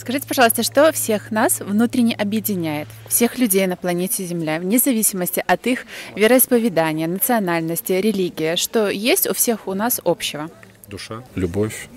Скажите, пожалуйста, что всех нас внутренне объединяет, всех людей на планете Земля, вне зависимости от их вероисповедания, национальности, религии, что есть у всех у нас общего? Душа, любовь,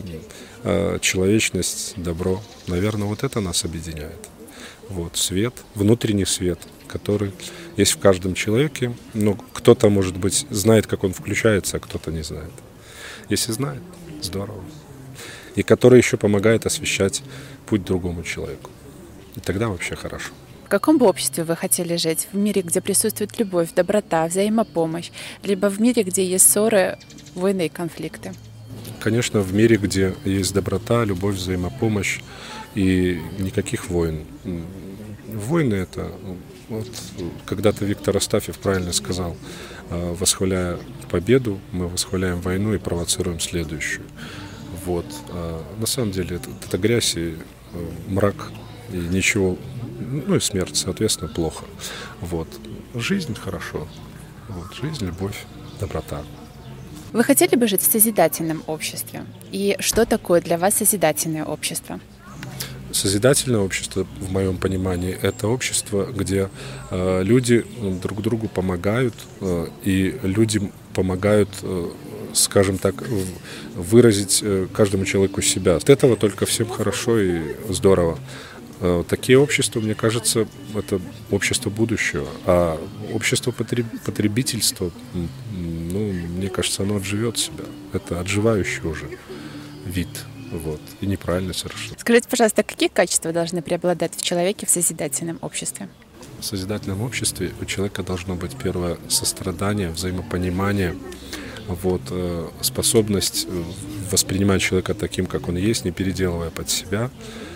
человечность, добро. Наверное, вот это нас объединяет. Вот свет, внутренний свет, который есть в каждом человеке. Но кто-то, может быть, знает, как он включается, а кто-то не знает. Если знает, здорово. И который еще помогает освещать путь другому человеку. И тогда вообще хорошо. В каком бы обществе вы хотели жить? В мире, где присутствует любовь, доброта, взаимопомощь, либо в мире, где есть ссоры, войны и конфликты? Конечно, в мире, где есть доброта, любовь, взаимопомощь и никаких войн. Войны — это... Вот, когда-то Виктор Астафьев правильно сказал: восхваляя победу, мы восхваляем войну и провоцируем следующую. Вот. На самом деле это грязь и мрак, и ничего, ну и смерть, соответственно, плохо. Вот. Жизнь хорошо. Вот. Жизнь, любовь, доброта. Вы хотели бы жить в созидательном обществе? И что такое для вас созидательное общество? Созидательное общество, в моем понимании, это общество, где люди друг другу помогают, и люди помогают, скажем так, выразить каждому человеку себя. От этого только всем хорошо и здорово. Такие общества, мне кажется, это общество будущего. А общество потребительства, ну, мне кажется, оно отживет себя. Это отживающий уже вид. Вот. И неправильно совершенно. Скажите, пожалуйста, какие качества должны преобладать в человеке в созидательном обществе? В созидательном обществе у человека должно быть первое — сострадание, взаимопонимание, вот, способность воспринимать человека таким, как он есть, не переделывая под себя,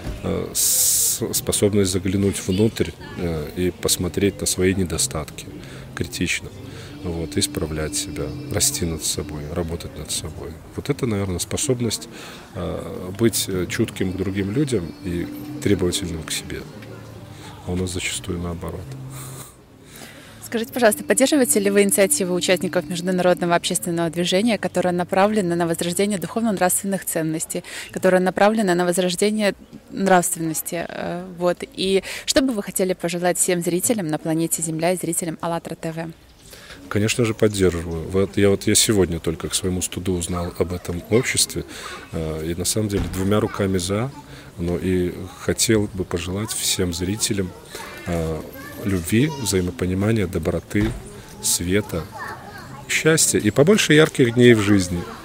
способность заглянуть внутрь и посмотреть на свои недостатки критично. Вот, исправлять себя, расти над собой, работать над собой. Вот это, наверное, способность быть чутким к другим людям и требовательным к себе. А у нас зачастую наоборот. Скажите, пожалуйста, поддерживаете ли вы инициативу участников международного общественного движения, которое направлено на возрождение духовно-нравственных ценностей, которое направлено на возрождение нравственности? Вот. И что бы вы хотели пожелать всем зрителям на планете Земля и зрителям АЛЛАТРА ТВ? Конечно же, поддерживаю. Я сегодня только к своему стыду узнал об этом обществе. И на самом деле двумя руками за. Но и хотел бы пожелать всем зрителям любви, взаимопонимания, доброты, света, счастья и побольше ярких дней в жизни.